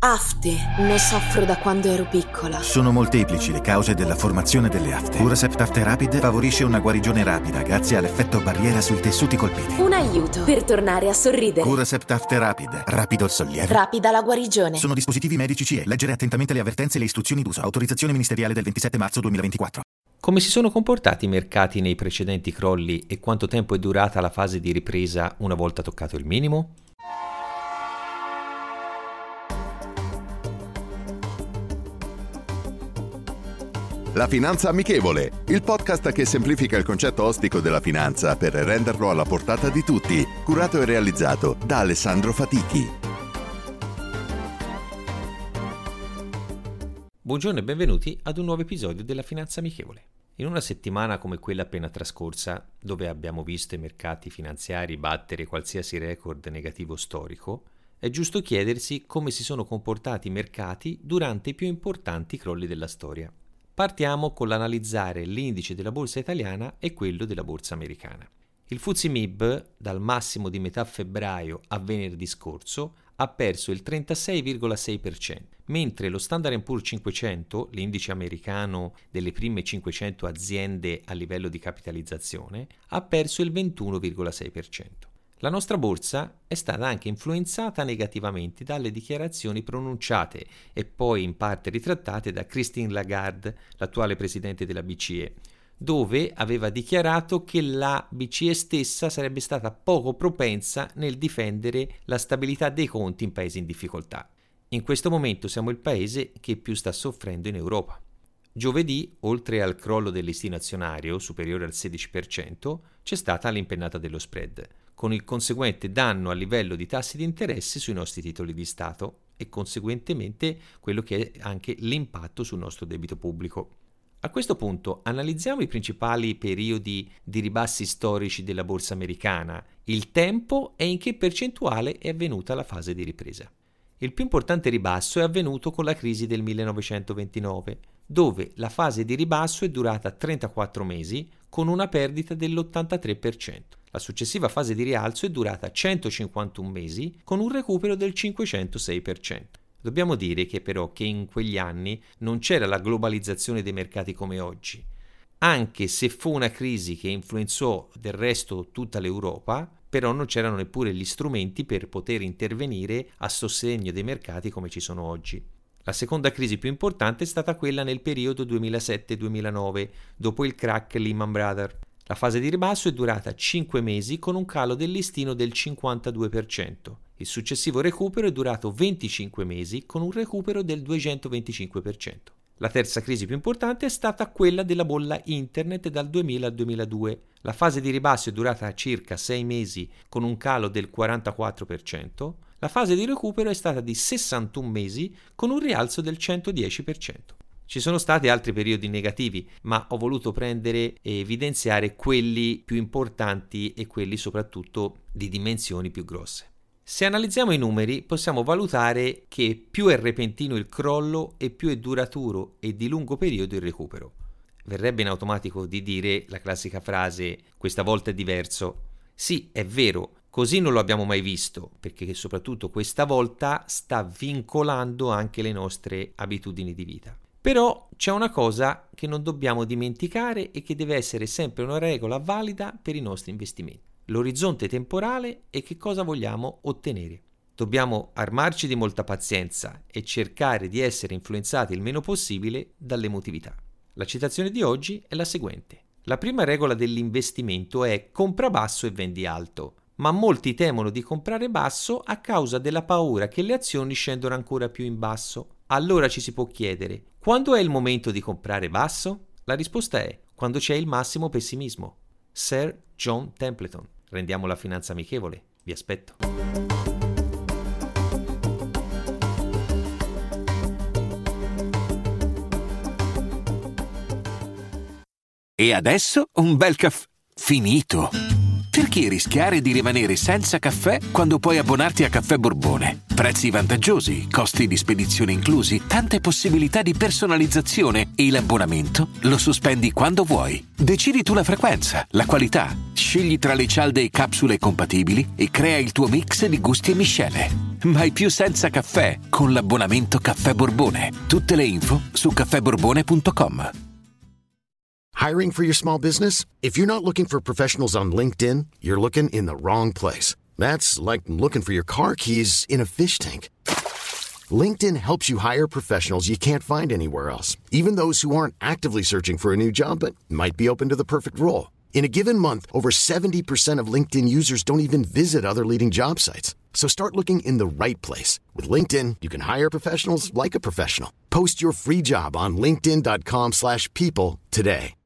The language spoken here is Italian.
Afte. Ne soffro da quando ero piccola. Sono molteplici le cause della formazione delle afte. Curacept Afte Rapid favorisce una guarigione rapida grazie all'effetto barriera sui tessuti colpiti. Un aiuto per tornare a sorridere. Curacept Afte Rapid. Rapido il sollievo. Rapida la guarigione. Sono dispositivi medici CE. Leggere attentamente le avvertenze e le istruzioni d'uso. Autorizzazione ministeriale del 27 marzo 2024. Come si sono comportati i mercati nei precedenti crolli e quanto tempo è durata la fase di ripresa una volta toccato il minimo? La Finanza Amichevole, il podcast che semplifica il concetto ostico della finanza per renderlo alla portata di tutti, curato e realizzato da Alessandro Fatichi. Buongiorno e benvenuti ad un nuovo episodio della Finanza Amichevole. In una settimana come quella appena trascorsa, dove abbiamo visto i mercati finanziari battere qualsiasi record negativo storico, è giusto chiedersi come si sono comportati i mercati durante i più importanti crolli della storia. Partiamo con l'analizzare l'indice della borsa italiana e quello della borsa americana. Il FTSE MIB, dal massimo di metà febbraio a venerdì scorso, ha perso il 36,6%, mentre lo Standard & Poor's 500, l'indice americano delle prime 500 aziende a livello di capitalizzazione, ha perso il 21,6%. La nostra borsa è stata anche influenzata negativamente dalle dichiarazioni pronunciate e poi in parte ritrattate da Christine Lagarde, l'attuale presidente della BCE, dove aveva dichiarato che la BCE stessa sarebbe stata poco propensa nel difendere la stabilità dei conti in paesi in difficoltà. In questo momento siamo il paese che più sta soffrendo in Europa. Giovedì, oltre al crollo del listino azionario superiore al 16%, c'è stata l'impennata dello spread, con il conseguente danno a livello di tassi di interesse sui nostri titoli di Stato e conseguentemente quello che è anche l'impatto sul nostro debito pubblico. A questo punto analizziamo i principali periodi di ribassi storici della borsa americana, il tempo e in che percentuale è avvenuta la fase di ripresa. Il più importante ribasso è avvenuto con la crisi del 1929, dove la fase di ribasso è durata 34 mesi con una perdita dell'83%. La successiva fase di rialzo è durata 151 mesi con un recupero del 506%. Dobbiamo dire che però che in quegli anni non c'era la globalizzazione dei mercati come oggi. Anche se fu una crisi che influenzò del resto tutta l'Europa, però non c'erano neppure gli strumenti per poter intervenire a sostegno dei mercati come ci sono oggi. La seconda crisi più importante è stata quella nel periodo 2007-2009, dopo il crack Lehman Brothers. La fase di ribasso è durata 5 mesi con un calo del listino del 52%. Il successivo recupero è durato 25 mesi con un recupero del 225%. La terza crisi più importante è stata quella della bolla internet dal 2000 al 2002. La fase di ribasso è durata circa 6 mesi con un calo del 44%. La fase di recupero è stata di 61 mesi con un rialzo del 110%. Ci sono stati altri periodi negativi, ma ho voluto prendere e evidenziare quelli più importanti e quelli soprattutto di dimensioni più grosse. Se analizziamo i numeri, possiamo valutare che più è repentino il crollo e più è duraturo e di lungo periodo il recupero. Verrebbe in automatico di dire la classica frase «questa volta è diverso». Sì, è vero, così non lo abbiamo mai visto, perché soprattutto questa volta sta vincolando anche le nostre abitudini di vita. Però c'è una cosa che non dobbiamo dimenticare e che deve essere sempre una regola valida per i nostri investimenti. L'orizzonte temporale e che cosa vogliamo ottenere. Dobbiamo armarci di molta pazienza e cercare di essere influenzati il meno possibile dall'emotività. La citazione di oggi è la seguente. La prima regola dell'investimento è compra basso e vendi alto, ma molti temono di comprare basso a causa della paura che le azioni scendano ancora più in basso. Allora ci si può chiedere, quando è il momento di comprare basso? La risposta è quando c'è il massimo pessimismo. Sir John Templeton. Rendiamo la finanza amichevole. Vi aspetto. E adesso un bel caffè finito. Perché rischiare di rimanere senza caffè quando puoi abbonarti a Caffè Borbone? Prezzi vantaggiosi, costi di spedizione inclusi, tante possibilità di personalizzazione e l'abbonamento lo sospendi quando vuoi. Decidi tu la frequenza, la qualità, scegli tra le cialde e capsule compatibili e crea il tuo mix di gusti e miscele. mai più senza caffè con l'abbonamento Caffè Borbone. Tutte le info su caffèborbone.com. Hiring for your small business? If you're not looking for professionals on LinkedIn, you're looking in the wrong place. That's like looking for your car keys in a fish tank. LinkedIn helps you hire professionals you can't find anywhere else, even those who aren't actively searching for a new job but might be open to the perfect role. In a given month, over 70% of LinkedIn users don't even visit other leading job sites. So start looking in the right place. With LinkedIn, you can hire professionals like a professional. Post your free job on linkedin.com/people today.